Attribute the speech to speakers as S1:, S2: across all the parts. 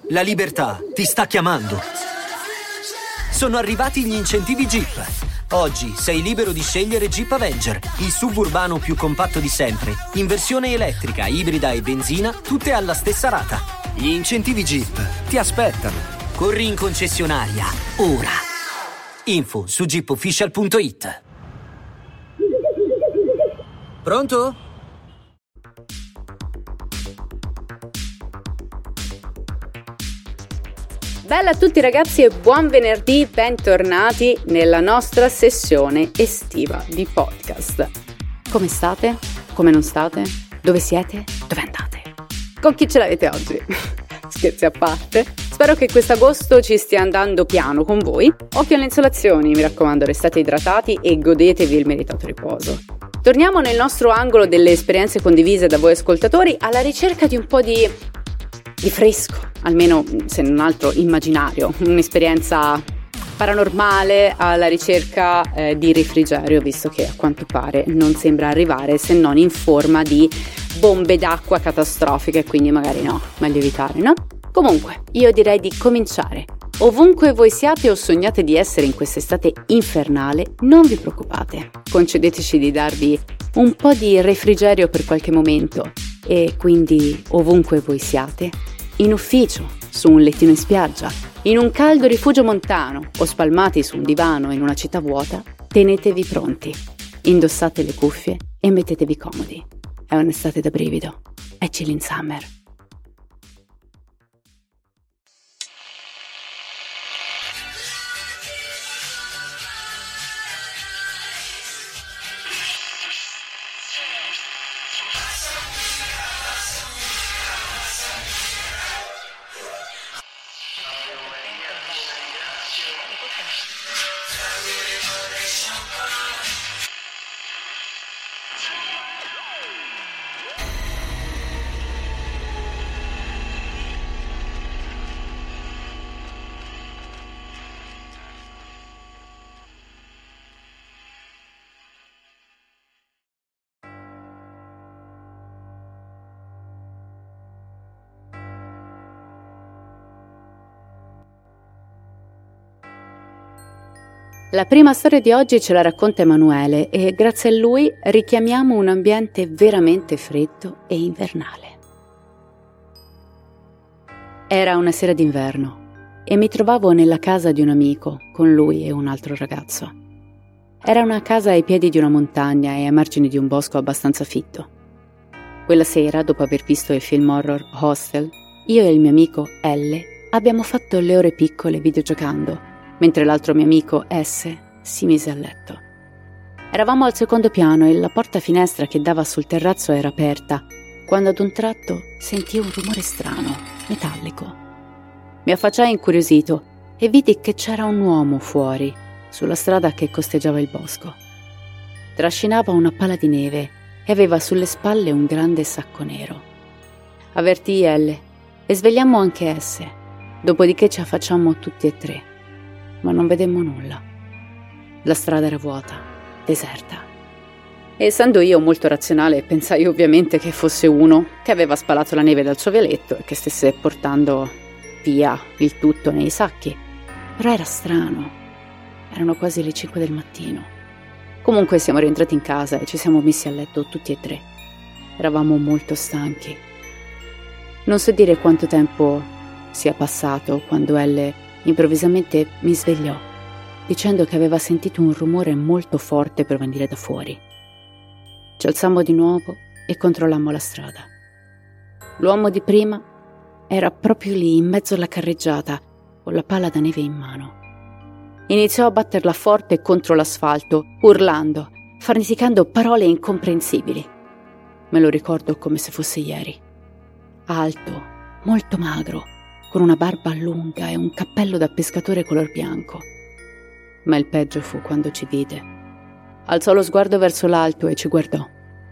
S1: La libertà ti sta chiamando. Sono arrivati gli incentivi Jeep. Oggi sei libero di scegliere Jeep Avenger, il suburbano più compatto di sempre, in versione elettrica, ibrida e benzina, tutte alla stessa rata. Gli incentivi Jeep ti aspettano. Corri in concessionaria, ora. Info su jeepofficial.it. Pronto?
S2: Bella a tutti ragazzi e buon venerdì, bentornati nella nostra sessione estiva di podcast. Come state? Come non state? Dove siete? Dove andate? Con chi ce l'avete oggi? Scherzi a parte, spero che quest'agosto ci stia andando piano con voi. Occhio alle insolazioni, mi raccomando, restate idratati e godetevi il meritato riposo. Torniamo nel nostro angolo delle esperienze condivise da voi ascoltatori alla ricerca di un po' di fresco, almeno se non altro immaginario, un'esperienza paranormale alla ricerca di refrigerio, visto che a quanto pare non sembra arrivare se non in forma di bombe d'acqua catastrofiche, quindi magari no, meglio evitare, no? Comunque, io direi di cominciare. Ovunque voi siate o sognate di essere in quest'estate infernale, non vi preoccupate, concedeteci di darvi un po' di refrigerio per qualche momento. E quindi ovunque voi siate, in ufficio, su un lettino in spiaggia, in un caldo rifugio montano o spalmati su un divano in una città vuota, tenetevi pronti, indossate le cuffie e mettetevi comodi. È un'estate da brivido, è Chilling Summer. La prima storia di oggi ce la racconta Emanuele e grazie a lui richiamiamo un ambiente veramente freddo e invernale. Era una sera d'inverno e mi trovavo nella casa di un amico con lui e un altro ragazzo. Era una casa ai piedi di una montagna e ai margini di un bosco abbastanza fitto. Quella sera, dopo aver visto il film horror Hostel, io e il mio amico L abbiamo fatto le ore piccole videgiocando, mentre l'altro mio amico S si mise a letto. Eravamo al secondo piano e la porta finestra che dava sul terrazzo era aperta, quando ad un tratto sentii un rumore strano, metallico. Mi affacciai incuriosito e vidi che c'era un uomo fuori, sulla strada che costeggiava il bosco. Trascinava una pala di neve e aveva sulle spalle un grande sacco nero. Avvertii L e svegliammo anche S, dopodiché ci affacciammo tutti e tre. Ma non vedemmo nulla. La strada era vuota, deserta. E essendo io molto razionale, pensai ovviamente che fosse uno che aveva spalato la neve dal suo vialetto e che stesse portando via il tutto nei sacchi. Però era strano. Erano quasi le 5 del mattino. Comunque siamo rientrati in casa e ci siamo messi a letto tutti e tre. Eravamo molto stanchi. Non so dire quanto tempo sia passato quando L improvvisamente mi svegliò, dicendo che aveva sentito un rumore molto forte provenire da fuori. Ci alzammo di nuovo e controllammo la strada. L'uomo di prima era proprio lì, in mezzo alla carreggiata, con la pala da neve in mano. Iniziò a batterla forte contro l'asfalto, urlando, farneticando parole incomprensibili. Me lo ricordo come se fosse ieri. Alto, molto magro, con una barba lunga e un cappello da pescatore color bianco. Ma il peggio fu quando ci vide. Alzò lo sguardo verso l'alto e ci guardò.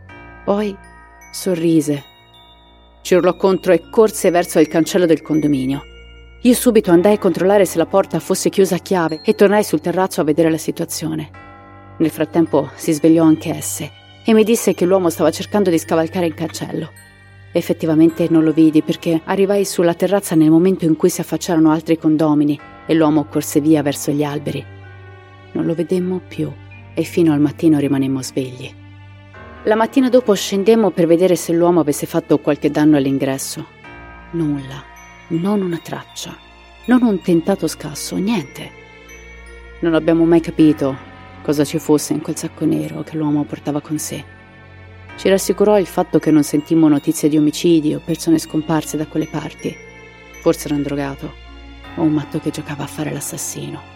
S2: Poi sorrise, ci urlò contro e corse verso il cancello del condominio. Io subito andai a controllare se la porta fosse chiusa a chiave e tornai sul terrazzo a vedere la situazione. Nel frattempo si svegliò anche S e mi disse che l'uomo stava cercando di scavalcare il cancello. Effettivamente non lo vidi perché arrivai sulla terrazza nel momento in cui si affacciarono altri condomini e l'uomo corse via verso gli alberi. Non lo vedemmo più e fino al mattino rimanemmo svegli. La mattina dopo scendemmo per vedere se l'uomo avesse fatto qualche danno all'ingresso. Nulla, non una traccia, non un tentato scasso, niente. Non abbiamo mai capito cosa ci fosse in quel sacco nero che l'uomo portava con sé. Ci rassicurò il fatto che non sentimmo notizie di omicidi o persone scomparse da quelle parti. Forse era un drogato o un matto che giocava a fare l'assassino.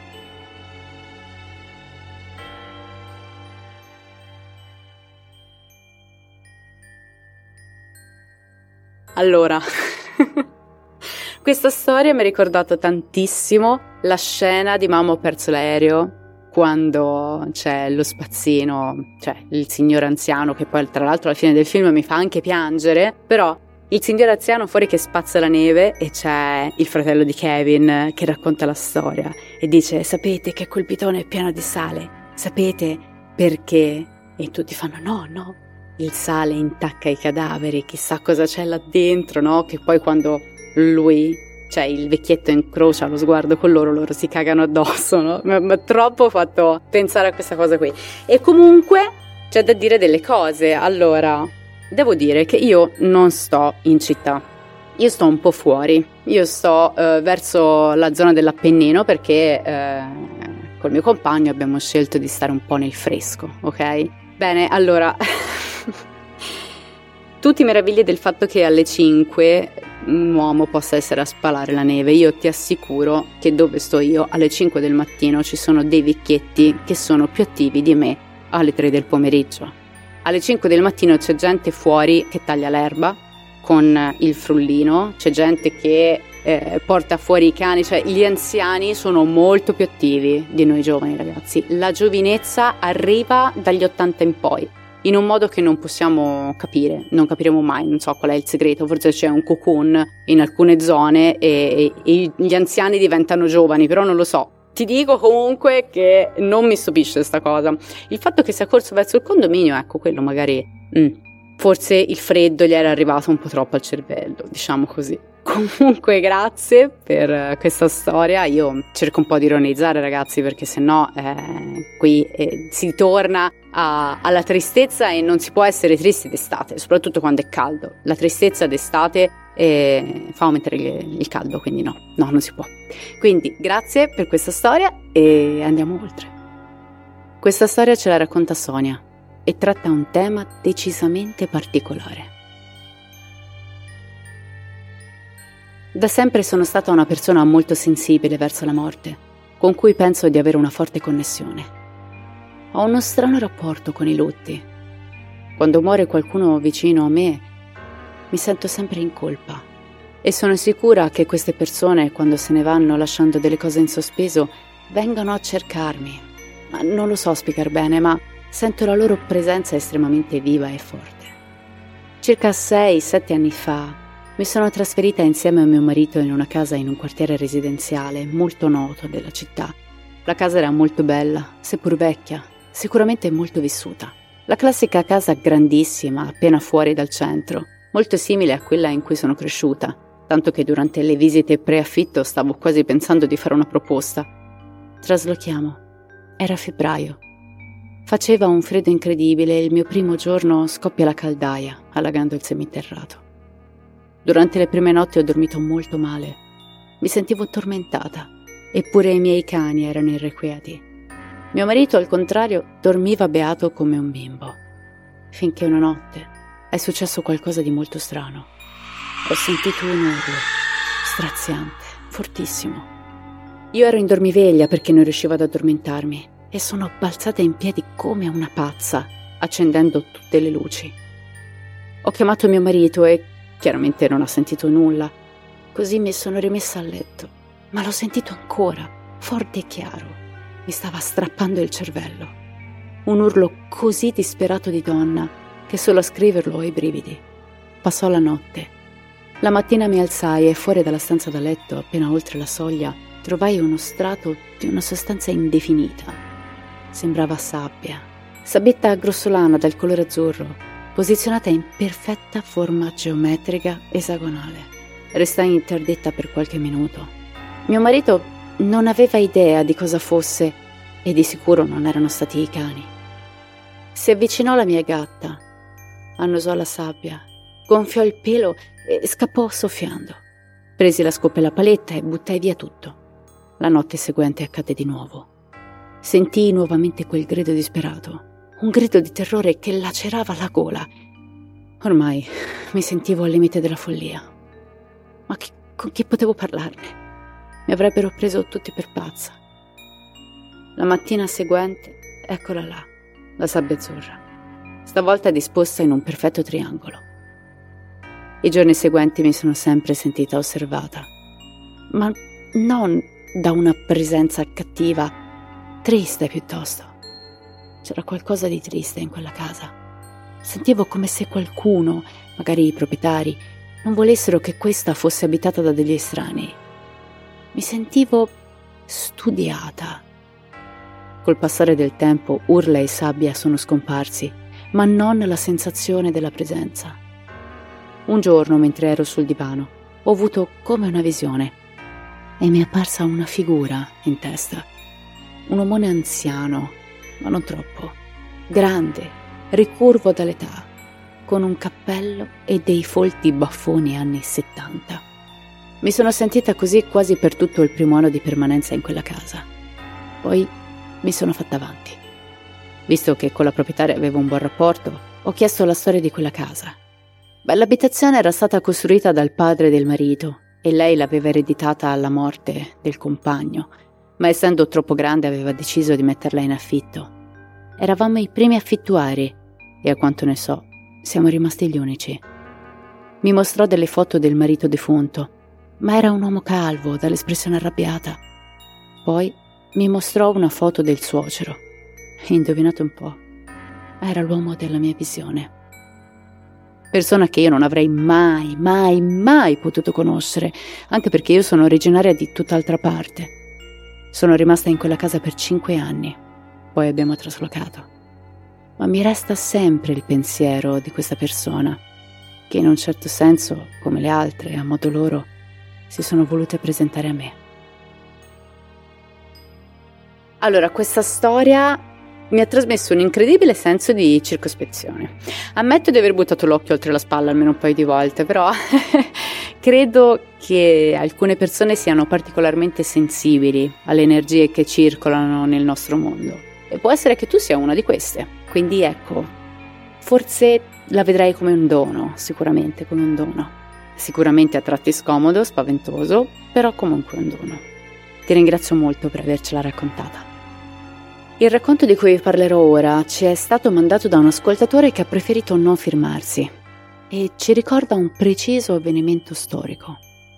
S2: Allora, questa storia mi ha ricordato tantissimo la scena di Mamma ho perso l'aereo, quando c'è lo spazzino, cioè il signore anziano, che poi tra l'altro alla fine del film mi fa anche piangere, però il signore anziano fuori che spazza la neve e c'è il fratello di Kevin che racconta la storia e dice: sapete che quel bidone è pieno di sale? Sapete perché? E tutti fanno no, il sale intacca i cadaveri, chissà cosa c'è là dentro, no? Che poi quando lui, cioè il vecchietto, incrocia lo sguardo con loro si cagano addosso, no? Ma troppo fatto pensare a questa cosa qui. E comunque c'è da dire delle cose. Allora, devo dire che io non sto in città, io sto un po' fuori, io sto verso la zona dell'Appennino perché col mio compagno abbiamo scelto di stare un po' nel fresco, ok? Bene, allora... Tu ti meravigli del fatto che alle 5 un uomo possa essere a spalare la neve. Io ti assicuro che dove sto io alle 5 del mattino ci sono dei vecchietti che sono più attivi di me alle 3 del pomeriggio. Alle 5 del mattino c'è gente fuori che taglia l'erba con il frullino, c'è gente che porta fuori i cani, cioè gli anziani sono molto più attivi di noi giovani ragazzi. La giovinezza arriva dagli 80 in poi, in un modo che non possiamo capire, non capiremo mai, non so qual è il segreto, forse c'è un cocoon in alcune zone e gli anziani diventano giovani, però non lo so. Ti dico comunque che non mi stupisce sta cosa. Il fatto che sia corso verso il condominio, ecco, quello magari forse il freddo gli era arrivato un po' troppo al cervello, diciamo così. Comunque grazie per questa storia. Io cerco un po' di ironizzare ragazzi, perché sennò qui si torna alla tristezza e non si può essere tristi d'estate, soprattutto quando è caldo. La tristezza d'estate fa aumentare il caldo, quindi no, non si può. Quindi grazie per questa storia e andiamo oltre. Questa storia ce la racconta Sonia e tratta un tema decisamente particolare. Da sempre sono stata una persona molto sensibile verso la morte, con cui penso di avere una forte connessione. Ho uno strano rapporto con i lutti. Quando muore qualcuno vicino a me, mi sento sempre in colpa e sono sicura che queste persone, quando se ne vanno lasciando delle cose in sospeso, vengano a cercarmi. Ma non lo so spiegar bene, ma sento la loro presenza estremamente viva e forte. Circa 6-7 anni fa mi sono trasferita insieme a mio marito in una casa in un quartiere residenziale molto noto della città. La casa era molto bella, seppur vecchia, sicuramente molto vissuta. La classica casa grandissima, appena fuori dal centro, molto simile a quella in cui sono cresciuta, tanto che durante le visite pre-affitto stavo quasi pensando di fare una proposta. Traslochiamo. Era febbraio. Faceva un freddo incredibile e il mio primo giorno scoppia la caldaia, allagando il seminterrato. Durante le prime notti ho dormito molto male. Mi sentivo tormentata, eppure i miei cani erano irrequieti. Mio marito, al contrario, dormiva beato come un bimbo. Finché una notte è successo qualcosa di molto strano. Ho sentito un urlo, straziante, fortissimo. Io ero in dormiveglia perché non riuscivo ad addormentarmi e sono balzata in piedi come una pazza, accendendo tutte le luci. Ho chiamato mio marito e chiaramente non ha sentito nulla. Così mi sono rimessa a letto, ma l'ho sentito ancora, forte e chiaro. Mi stava strappando il cervello. Un urlo così disperato di donna che solo a scriverlo ho i brividi. Passò la notte. La mattina mi alzai e fuori dalla stanza da letto, appena oltre la soglia, trovai uno strato di una sostanza indefinita. Sembrava sabbia, sabbetta grossolana dal colore azzurro, posizionata in perfetta forma geometrica esagonale. Restai interdetta per qualche minuto. Mio marito non aveva idea di cosa fosse e di sicuro non erano stati i cani. Si avvicinò alla mia gatta, annusò la sabbia, gonfiò il pelo e scappò soffiando. Presi la scopa e la paletta e buttai via tutto. La notte seguente accadde di nuovo. Sentii nuovamente quel grido disperato, un grido di terrore che lacerava la gola. Ormai mi sentivo al limite della follia. Ma con chi potevo parlarne? Mi avrebbero preso tutti per pazza. La mattina seguente, eccola là, la sabbia azzurra, stavolta disposta in un perfetto triangolo. I giorni seguenti mi sono sempre sentita osservata, ma non da una presenza cattiva, triste piuttosto. C'era qualcosa di triste in quella casa. Sentivo come se qualcuno, magari i proprietari, non volessero che questa fosse abitata da degli estranei. Mi sentivo studiata. Col passare del tempo urla e sabbia sono scomparsi, ma non la sensazione della presenza. Un giorno, mentre ero sul divano, ho avuto come una visione e mi è apparsa una figura in testa. Un omone anziano, ma non troppo, grande, ricurvo dall'età, con un cappello e dei folti baffoni anni 70. Mi sono sentita così quasi per tutto il primo anno di permanenza in quella casa. Poi mi sono fatta avanti. Visto che con la proprietaria avevo un buon rapporto, ho chiesto la storia di quella casa. L'abitazione era stata costruita dal padre del marito e lei l'aveva ereditata alla morte del compagno, ma essendo troppo grande aveva deciso di metterla in affitto. Eravamo i primi affittuari e, a quanto ne so, siamo rimasti gli unici. Mi mostrò delle foto del marito defunto, ma era un uomo calvo, dall'espressione arrabbiata. Poi mi mostrò una foto del suocero. Indovinate un po', era l'uomo della mia visione. Persona che io non avrei mai potuto conoscere, anche perché io sono originaria di tutt'altra parte. Sono rimasta in quella casa per 5 anni, poi abbiamo traslocato. Ma mi resta sempre il pensiero di questa persona, che in un certo senso, come le altre, a modo loro, si sono volute presentare a me. Allora, questa storia mi ha trasmesso un incredibile senso di circospezione. Ammetto di aver buttato l'occhio oltre la spalla almeno un paio di volte, però credo che alcune persone siano particolarmente sensibili alle energie che circolano nel nostro mondo. E può essere che tu sia una di queste. Quindi ecco, forse la vedrai come un dono, sicuramente come un dono. Sicuramente a tratti scomodo, spaventoso, però comunque un dono. Ti ringrazio molto per avercela raccontata. Il racconto di cui vi parlerò ora ci è stato mandato da un ascoltatore che ha preferito non firmarsi e ci ricorda un preciso avvenimento storico.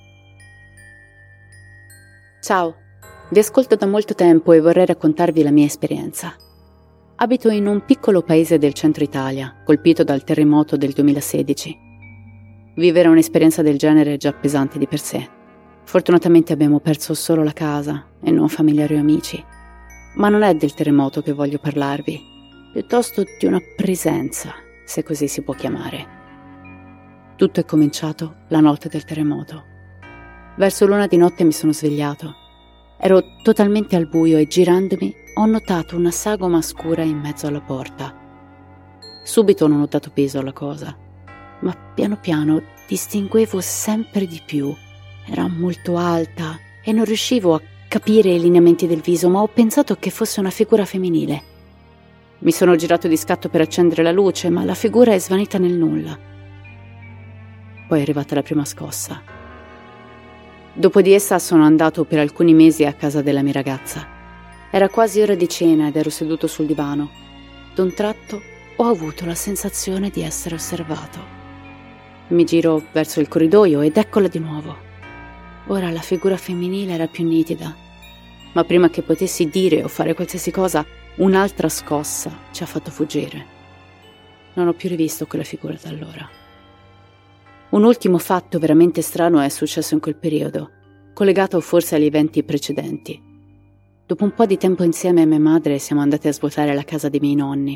S2: Ciao, vi ascolto da molto tempo e vorrei raccontarvi la mia esperienza. Abito in un piccolo paese del centro Italia, colpito dal terremoto del 2016. Vivere un'esperienza del genere è già pesante di per sé. Fortunatamente abbiamo perso solo la casa e non familiari o amici. Ma non è del terremoto che voglio parlarvi, piuttosto di una presenza, se così si può chiamare. Tutto è cominciato la notte del terremoto. Verso l'1 di notte mi sono svegliato. Ero totalmente al buio e girandomi ho notato una sagoma scura in mezzo alla porta. Subito non ho dato peso alla cosa, ma piano piano distinguevo sempre di più. Era molto alta e non riuscivo a capire i lineamenti del viso, ma ho pensato che fosse una figura femminile. Mi sono girato di scatto per accendere la luce, ma la figura è svanita nel nulla. Poi è arrivata la prima scossa. Dopo di essa sono andato per alcuni mesi a casa della mia ragazza. Era quasi ora di cena ed ero seduto sul divano. D'un tratto ho avuto la sensazione di essere osservato. Mi giro verso il corridoio ed eccola di nuovo. Ora la figura femminile era più nitida, ma prima che potessi dire o fare qualsiasi cosa, un'altra scossa ci ha fatto fuggire. Non ho più rivisto quella figura da allora. Un ultimo fatto veramente strano è successo in quel periodo, collegato forse agli eventi precedenti. Dopo un po' di tempo insieme a mia madre siamo andati a svuotare la casa dei miei nonni,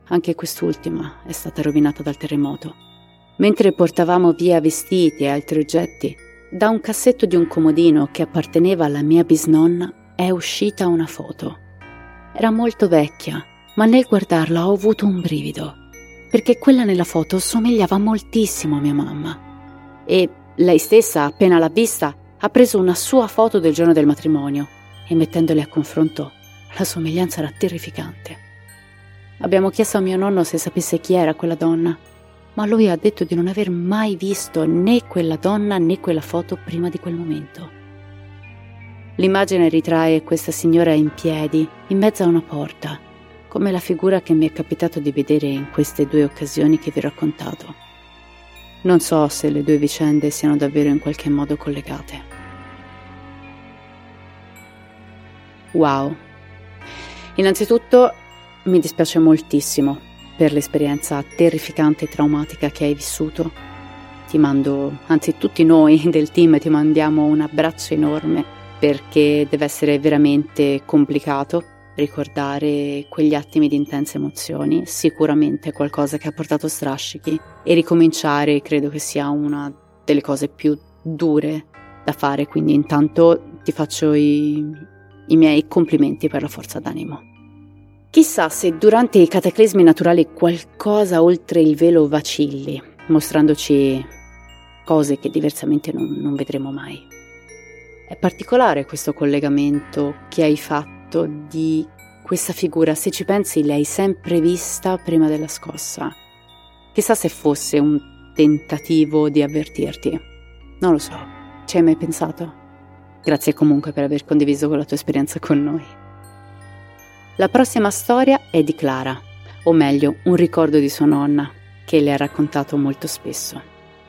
S2: anche quest'ultima è stata rovinata dal terremoto. Mentre portavamo via vestiti e altri oggetti, da un cassetto di un comodino che apparteneva alla mia bisnonna è uscita una foto. Era molto vecchia, ma nel guardarla ho avuto un brivido, perché quella nella foto somigliava moltissimo a mia mamma. E lei stessa, appena l'ha vista, ha preso una sua foto del giorno del matrimonio e mettendole a confronto, la somiglianza era terrificante. Abbiamo chiesto a mio nonno se sapesse chi era quella donna, ma lui ha detto di non aver mai visto né quella donna né quella foto prima di quel momento. L'immagine ritrae questa signora in piedi, in mezzo a una porta, come la figura che mi è capitato di vedere in queste 2 occasioni che vi ho raccontato. Non so se le 2 vicende siano davvero in qualche modo collegate. Wow. Innanzitutto mi dispiace moltissimo per l'esperienza terrificante e traumatica che hai vissuto. Ti mando, anzi tutti noi del team ti mandiamo un abbraccio enorme, perché deve essere veramente complicato ricordare quegli attimi di intense emozioni. Sicuramente è qualcosa che ha portato strascichi e ricominciare credo che sia una delle cose più dure da fare, quindi intanto ti faccio i miei complimenti per la forza d'animo. Chissà se durante i cataclismi naturali qualcosa oltre il velo vacilli, mostrandoci cose che diversamente non vedremo mai. È particolare questo collegamento che hai fatto di questa figura. Se ci pensi, l'hai sempre vista prima della scossa. Chissà se fosse un tentativo di avvertirti. Non lo so. Ci hai mai pensato? Grazie comunque per aver condiviso quella tua esperienza con noi. La prossima storia è di Clara, o meglio, un ricordo di sua nonna, che le ha raccontato molto spesso.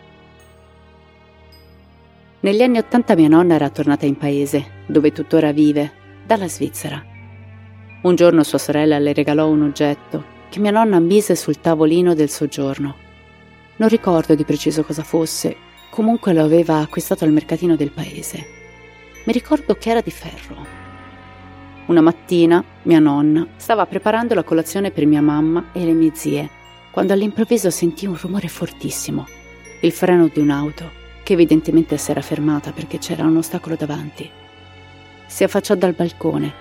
S2: Negli anni '80 mia nonna era tornata in paese, dove tuttora vive, dalla Svizzera. Un giorno sua sorella le regalò un oggetto che mia nonna mise sul tavolino del soggiorno. Non ricordo di preciso cosa fosse, comunque lo aveva acquistato al mercatino del paese. Mi ricordo che era di ferro. Una mattina mia nonna stava preparando la colazione per mia mamma e le mie zie, quando all'improvviso sentì un rumore fortissimo, il freno di un'auto, che evidentemente si era fermata perché c'era un ostacolo davanti. Si affacciò dal balcone,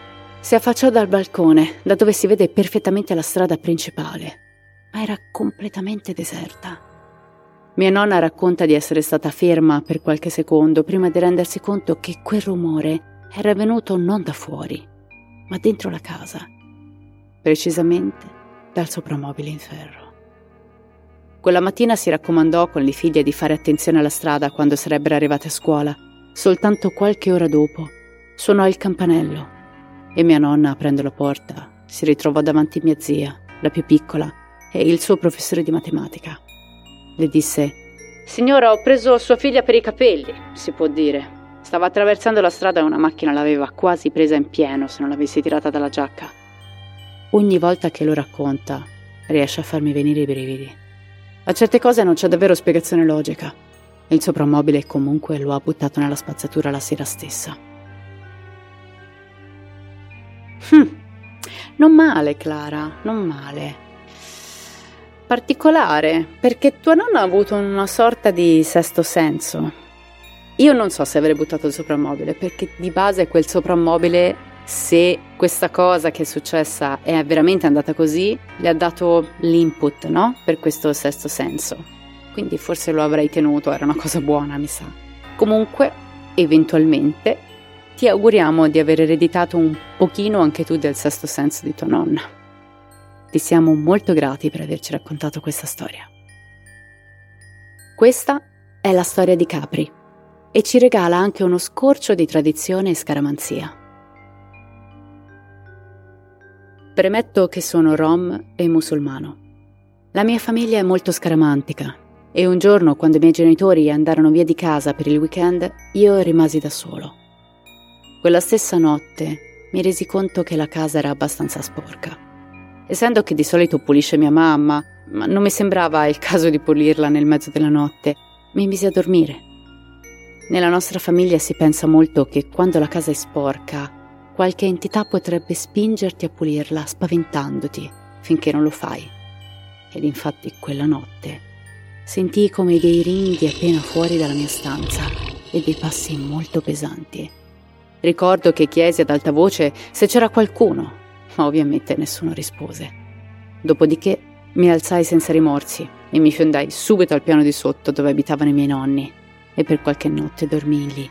S2: da dove si vede perfettamente la strada principale, ma era completamente deserta. Mia nonna racconta di essere stata ferma per qualche secondo prima di rendersi conto che quel rumore era venuto non da fuori, ma dentro la casa, precisamente dal soprammobile in ferro. Quella mattina si raccomandò con le figlie di fare attenzione alla strada quando sarebbero arrivate a scuola. Soltanto qualche ora dopo suonò il campanello e mia nonna, aprendo la porta, si ritrovò davanti mia zia, la più piccola, e il suo professore di matematica. Le disse: «Signora, ho preso sua figlia per i capelli, si può dire. Stava attraversando la strada e una macchina l'aveva quasi presa in pieno se non l'avessi tirata dalla giacca». Ogni volta che lo racconta, riesce a farmi venire i brividi. A certe cose non c'è davvero spiegazione logica. Il soprammobile comunque lo ha buttato nella spazzatura la sera stessa. Non male, Clara, non male. Particolare, perché tua nonna ha avuto una sorta di sesto senso. Io non so se avrei buttato il soprammobile, perché di base quel soprammobile, se questa cosa che è successa è veramente andata così, le ha dato l'input, no? Per questo sesto senso. Quindi forse lo avrei tenuto, era una cosa buona, mi sa. Comunque, eventualmente, ti auguriamo di aver ereditato un pochino anche tu del sesto senso di tua nonna. Ti siamo molto grati per averci raccontato questa storia. Questa è la storia di Capri e ci regala anche uno scorcio di tradizione e scaramanzia. Premetto che sono rom e musulmano. La mia famiglia è molto scaramantica e un giorno, quando i miei genitori andarono via di casa per il weekend, io rimasi da solo. Quella stessa notte mi resi conto che la casa era abbastanza sporca. Essendo che di solito pulisce mia mamma, ma non mi sembrava il caso di pulirla nel mezzo della notte, mi misi a dormire. Nella nostra famiglia si pensa molto che quando la casa è sporca, qualche entità potrebbe spingerti a pulirla spaventandoti finché non lo fai. Ed infatti quella notte sentii come dei ringhi appena fuori dalla mia stanza e dei passi molto pesanti. Ricordo che chiesi ad alta voce se c'era qualcuno, ma ovviamente nessuno rispose. Dopodiché mi alzai senza rimorsi e mi fiondai subito al piano di sotto dove abitavano i miei nonni e per qualche notte dormii lì.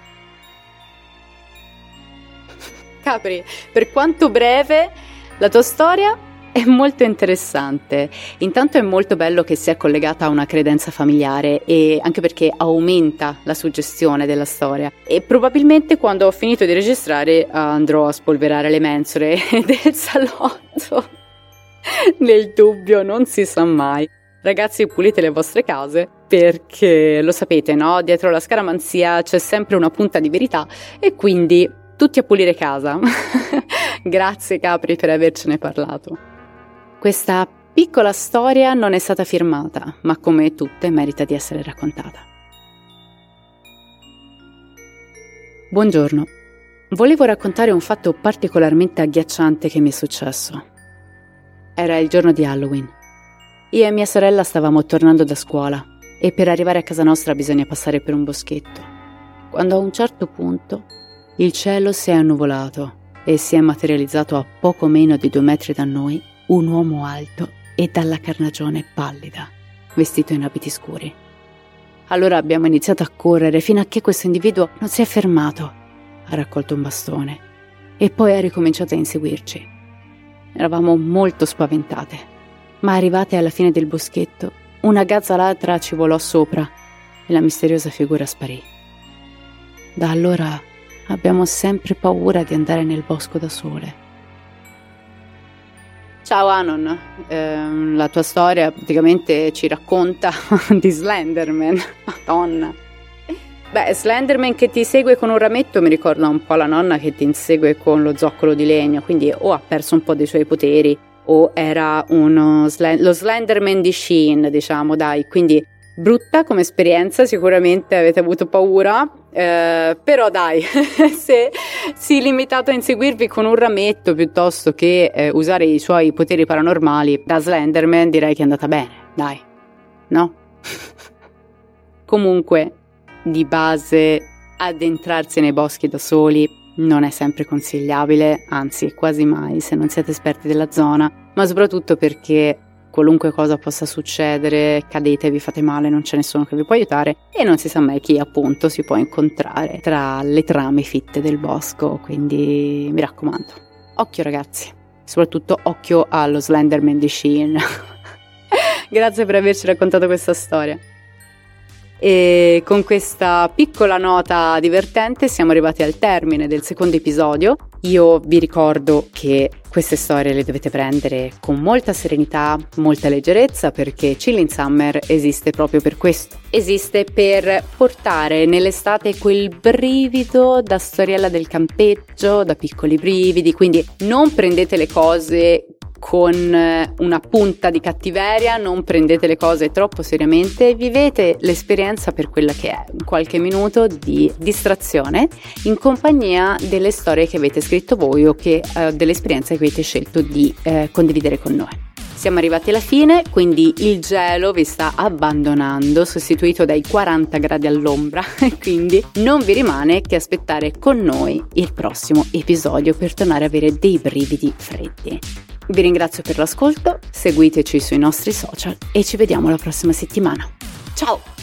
S2: Capri, per quanto breve, la tua storia è molto interessante. Intanto è molto bello che sia collegata a una credenza familiare e anche perché aumenta la suggestione della storia. E probabilmente quando ho finito di registrare andrò a spolverare le mensole del salotto. Nel dubbio, non si sa mai. Ragazzi, pulite le vostre case perché lo sapete, no? Dietro la scaramanzia c'è sempre una punta di verità e quindi tutti a pulire casa. Grazie Capri per avercene parlato. Questa piccola storia non è stata firmata, ma come tutte merita di essere raccontata. Buongiorno. Volevo raccontare un fatto particolarmente agghiacciante che mi è successo. Era il giorno di Halloween. Io e mia sorella stavamo tornando da scuola e per arrivare a casa nostra bisogna passare per un boschetto. Quando a un certo punto il cielo si è annuvolato e si è materializzato a poco meno di 2 metri da noi un uomo alto e dalla carnagione pallida, vestito in abiti scuri. Allora abbiamo iniziato a correre fino a che questo individuo non si è fermato, ha raccolto un bastone e poi ha ricominciato a inseguirci. Eravamo molto spaventate, ma arrivate alla fine del boschetto, una gazza ladra ci volò sopra e la misteriosa figura sparì. Da allora abbiamo sempre paura di andare nel bosco da sole. Ciao Anon, la tua storia praticamente ci racconta di Slenderman, Madonna. Beh, Slenderman che ti segue con un rametto mi ricorda un po' la nonna che ti insegue con lo zoccolo di legno, quindi o ha perso un po' dei suoi poteri o era lo Slenderman di Shein, diciamo, dai, quindi brutta come esperienza, sicuramente avete avuto paura, però dai, se si è limitato a inseguirvi con un rametto piuttosto che usare i suoi poteri paranormali da Slenderman, direi che è andata bene, dai, no? Comunque, di base, addentrarsi nei boschi da soli non è sempre consigliabile, anzi quasi mai se non siete esperti della zona, ma soprattutto perché qualunque cosa possa succedere, cadete, vi fate male, non c'è nessuno che vi può aiutare e non si sa mai chi appunto si può incontrare tra le trame fitte del bosco, quindi mi raccomando, occhio ragazzi, soprattutto occhio allo Slenderman di Shein. Grazie per averci raccontato questa storia. E con questa piccola nota divertente siamo arrivati al termine del secondo episodio. Io vi ricordo che queste storie le dovete prendere con molta serenità, molta leggerezza, perché Chilling Summer esiste proprio per questo. Esiste per portare nell'estate quel brivido da storiella del campeggio, da piccoli brividi, quindi non prendete le cose con una punta di cattiveria, non prendete le cose troppo seriamente, vivete l'esperienza per quella che è, qualche minuto di distrazione in compagnia delle storie che avete scritto voi o che delle esperienze che avete scelto di condividere con noi. Siamo arrivati alla fine, quindi il gelo vi sta abbandonando, sostituito dai 40 gradi all'ombra, quindi non vi rimane che aspettare con noi il prossimo episodio per tornare ad avere dei brividi freddi. Vi ringrazio per l'ascolto, seguiteci sui nostri social e ci vediamo la prossima settimana. Ciao!